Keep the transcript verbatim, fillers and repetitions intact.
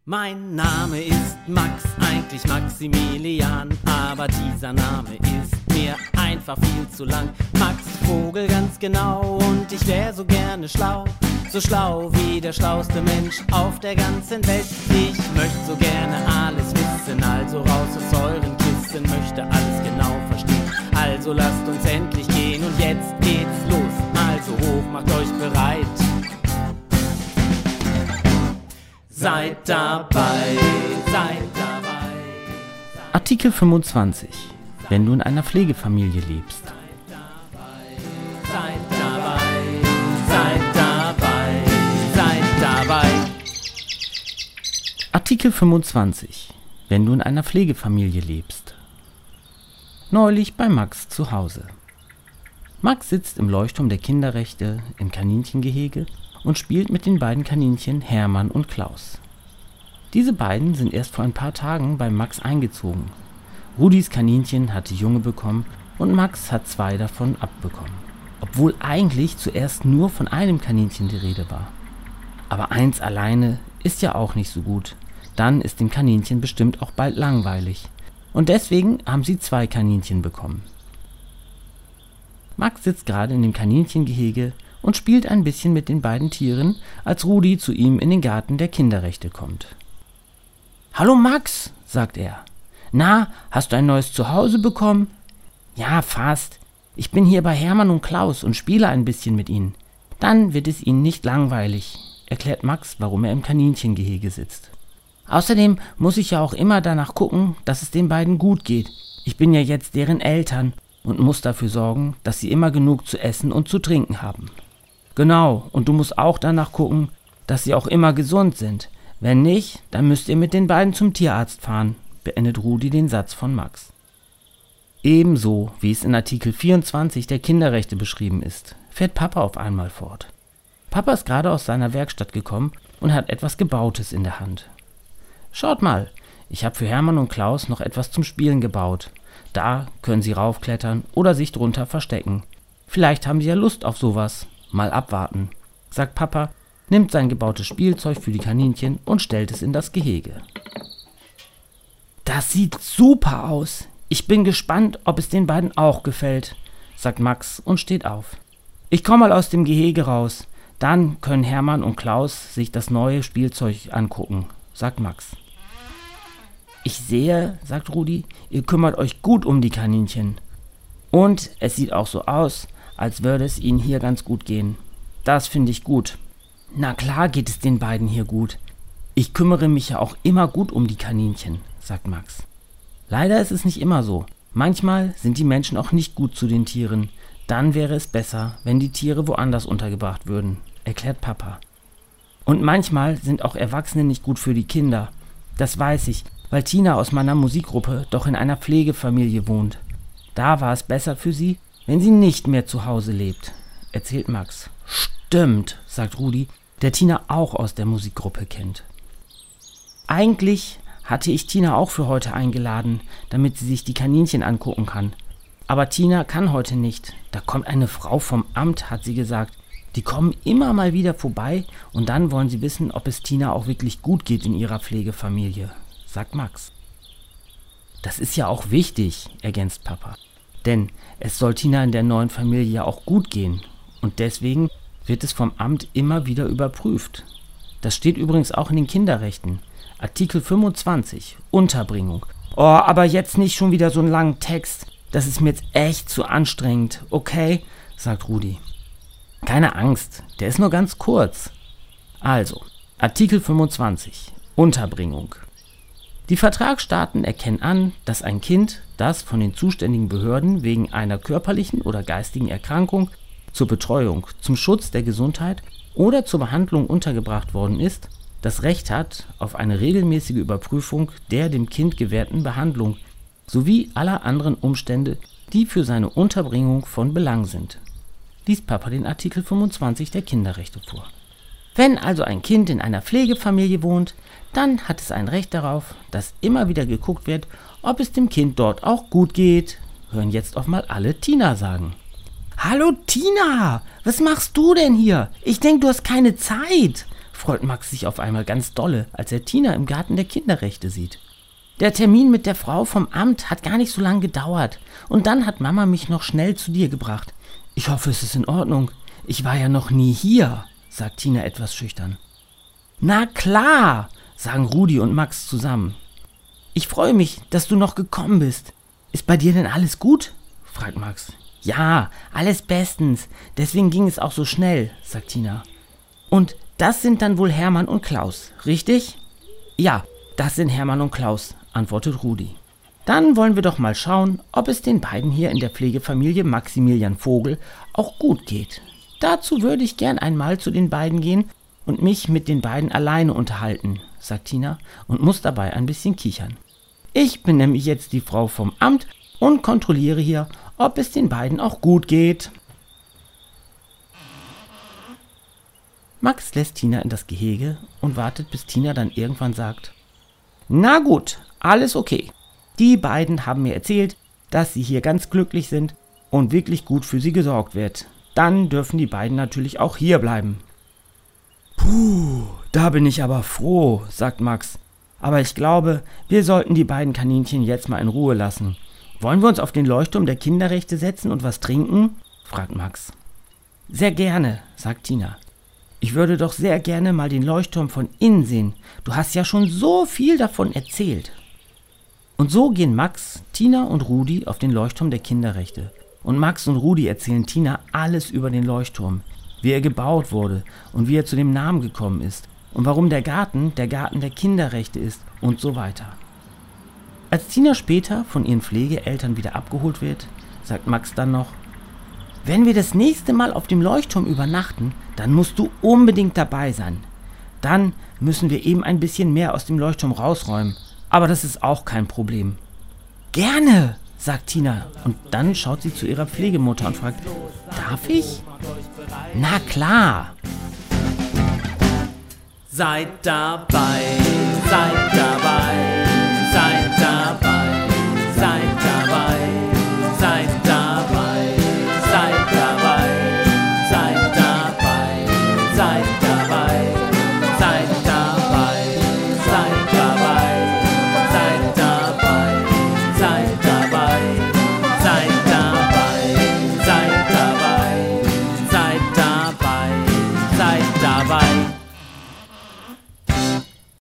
Mein Name ist Max, eigentlich Maximilian, aber dieser Name ist mir einfach viel zu lang. Max Vogel ganz genau und ich wär so gerne schlau, so schlau wie der schlauste Mensch auf der ganzen Welt. Ich möchte so gerne alles wissen, also raus aus euren Kissen, möchte alles genau verstehen. Also lasst uns endlich gehen und jetzt geht's los, also hoch, macht euch bereit. Seid dabei, seid dabei. Artikel fünfundzwanzig. Wenn du in einer Pflegefamilie lebst. Seid dabei, seid dabei, seid dabei. Artikel fünfundzwanzig. Wenn du in einer Pflegefamilie lebst. Neulich bei Max zu Hause. Max sitzt im Leuchtturm der Kinderrechte im Kaninchengehege und spielt mit den beiden Kaninchen Hermann und Klaus. Diese beiden sind erst vor ein paar Tagen bei Max eingezogen. Rudis Kaninchen hatte Junge bekommen und Max hat zwei davon abbekommen. Obwohl eigentlich zuerst nur von einem Kaninchen die Rede war. Aber eins alleine ist ja auch nicht so gut. Dann ist dem Kaninchen bestimmt auch bald langweilig. Und deswegen haben sie zwei Kaninchen bekommen. Max sitzt gerade in dem Kaninchengehege und spielt ein bisschen mit den beiden Tieren, als Rudi zu ihm in den Garten der Kinderrechte kommt. »Hallo Max«, sagt er. »Na, hast du ein neues Zuhause bekommen?« »Ja, fast. Ich bin hier bei Hermann und Klaus und spiele ein bisschen mit ihnen. Dann wird es ihnen nicht langweilig«, erklärt Max, warum er im Kaninchengehege sitzt. »Außerdem muss ich ja auch immer danach gucken, dass es den beiden gut geht. Ich bin ja jetzt deren Eltern und muss dafür sorgen, dass sie immer genug zu essen und zu trinken haben.« »Genau, und du musst auch danach gucken, dass sie auch immer gesund sind. Wenn nicht, dann müsst ihr mit den beiden zum Tierarzt fahren«, beendet Rudi den Satz von Max. Ebenso, wie es in Artikel vierundzwanzig der Kinderrechte beschrieben ist, fährt Papa auf einmal fort. Papa ist gerade aus seiner Werkstatt gekommen und hat etwas Gebautes in der Hand. »Schaut mal, ich habe für Hermann und Klaus noch etwas zum Spielen gebaut. Da können sie raufklettern oder sich drunter verstecken. Vielleicht haben sie ja Lust auf sowas. Mal abwarten«, sagt Papa, nimmt sein gebautes Spielzeug für die Kaninchen und stellt es in das Gehege. »Das sieht super aus. Ich bin gespannt, ob es den beiden auch gefällt«, sagt Max und steht auf. »Ich komme mal aus dem Gehege raus. Dann können Hermann und Klaus sich das neue Spielzeug angucken«, sagt Max. »Ich sehe«, sagt Rudi, »ihr kümmert euch gut um die Kaninchen. Und es sieht auch so aus, als würde es ihnen hier ganz gut gehen. Das finde ich gut.« »Na klar geht es den beiden hier gut. Ich kümmere mich ja auch immer gut um die Kaninchen«, sagt Max. »Leider ist es nicht immer so. Manchmal sind die Menschen auch nicht gut zu den Tieren. Dann wäre es besser, wenn die Tiere woanders untergebracht würden«, erklärt Papa. »Und manchmal sind auch Erwachsene nicht gut für die Kinder. Das weiß ich, weil Tina aus meiner Musikgruppe doch in einer Pflegefamilie wohnt. Da war es besser für sie, wenn sie nicht mehr zu Hause lebt«, erzählt Max. »Stimmt«, sagt Rudi, der Tina auch aus der Musikgruppe kennt. »Eigentlich hatte ich Tina auch für heute eingeladen, damit sie sich die Kaninchen angucken kann. Aber Tina kann heute nicht. Da kommt eine Frau vom Amt, hat sie gesagt. Die kommen immer mal wieder vorbei und dann wollen sie wissen, ob es Tina auch wirklich gut geht in ihrer Pflegefamilie«, sagt Max. »Das ist ja auch wichtig«, ergänzt Papa. »Denn es soll Tina in der neuen Familie ja auch gut gehen. Und deswegen wird es vom Amt immer wieder überprüft. Das steht übrigens auch in den Kinderrechten. Artikel fünfundzwanzig, Unterbringung. Oh, aber jetzt nicht schon wieder so einen langen Text. Das ist mir jetzt echt zu anstrengend, okay?«, sagt Rudi. »Keine Angst, der ist nur ganz kurz. Also, Artikel fünfundzwanzig, Unterbringung. Die Vertragsstaaten erkennen an, dass ein Kind, das von den zuständigen Behörden wegen einer körperlichen oder geistigen Erkrankung zur Betreuung, zum Schutz der Gesundheit oder zur Behandlung untergebracht worden ist, das Recht hat auf eine regelmäßige Überprüfung der dem Kind gewährten Behandlung sowie aller anderen Umstände, die für seine Unterbringung von Belang sind«, liest Papa den Artikel fünfundzwanzig der Kinderrechte vor. Wenn also ein Kind in einer Pflegefamilie wohnt, dann hat es ein Recht darauf, dass immer wieder geguckt wird, ob es dem Kind dort auch gut geht. Hören jetzt auch mal alle Tina sagen. »Hallo Tina, was machst du denn hier? Ich denke, du hast keine Zeit«, freut Max sich auf einmal ganz dolle, als er Tina im Garten der Kinderrechte sieht. Der Termin mit der Frau vom Amt hat gar nicht so lange gedauert und dann hat Mama mich noch schnell zu dir gebracht. Ich hoffe, es ist in Ordnung. Ich war ja noch nie hier, sagt Tina etwas schüchtern. Na klar, sagen Rudi und Max zusammen. Ich freue mich, dass du noch gekommen bist. Ist bei dir denn alles gut? Fragt Max. Ja, alles bestens. Deswegen ging es auch so schnell, sagt Tina. Und das sind dann wohl Hermann und Klaus, richtig? Ja, das sind Hermann und Klaus, antwortet Rudi. Dann wollen wir doch mal schauen, ob es den beiden hier in der Pflegefamilie Maximilian Vogel auch gut geht. Dazu würde ich gern einmal zu den beiden gehen und mich mit den beiden alleine unterhalten, sagt Tina und muss dabei ein bisschen kichern. Ich bin nämlich jetzt die Frau vom Amt und kontrolliere hier, ob es den beiden auch gut geht. Max lässt Tina in das Gehege und wartet, bis Tina dann irgendwann sagt: Na gut, alles okay. Die beiden haben mir erzählt, dass sie hier ganz glücklich sind und wirklich gut für sie gesorgt wird. Dann dürfen die beiden natürlich auch hier bleiben. Puh, da bin ich aber froh, sagt Max. Aber ich glaube, wir sollten die beiden Kaninchen jetzt mal in Ruhe lassen. Wollen wir uns auf den Leuchtturm der Kinderrechte setzen und was trinken? Fragt Max. Sehr gerne, sagt Tina. Ich würde doch sehr gerne mal den Leuchtturm von innen sehen. Du hast ja schon so viel davon erzählt. Und so gehen Max, Tina und Rudi auf den Leuchtturm der Kinderrechte. Und Max und Rudi erzählen Tina alles über den Leuchtturm, wie er gebaut wurde und wie er zu dem Namen gekommen ist und warum der Garten der Garten der Kinderrechte ist und so weiter. Als Tina später von ihren Pflegeeltern wieder abgeholt wird, sagt Max dann noch: Wenn wir das nächste Mal auf dem Leuchtturm übernachten, dann musst du unbedingt dabei sein. Dann müssen wir eben ein bisschen mehr aus dem Leuchtturm rausräumen, aber das ist auch kein Problem. Gerne, sagt Tina und dann schaut sie zu ihrer Pflegemutter und fragt: Darf ich? Na klar. Seid dabei.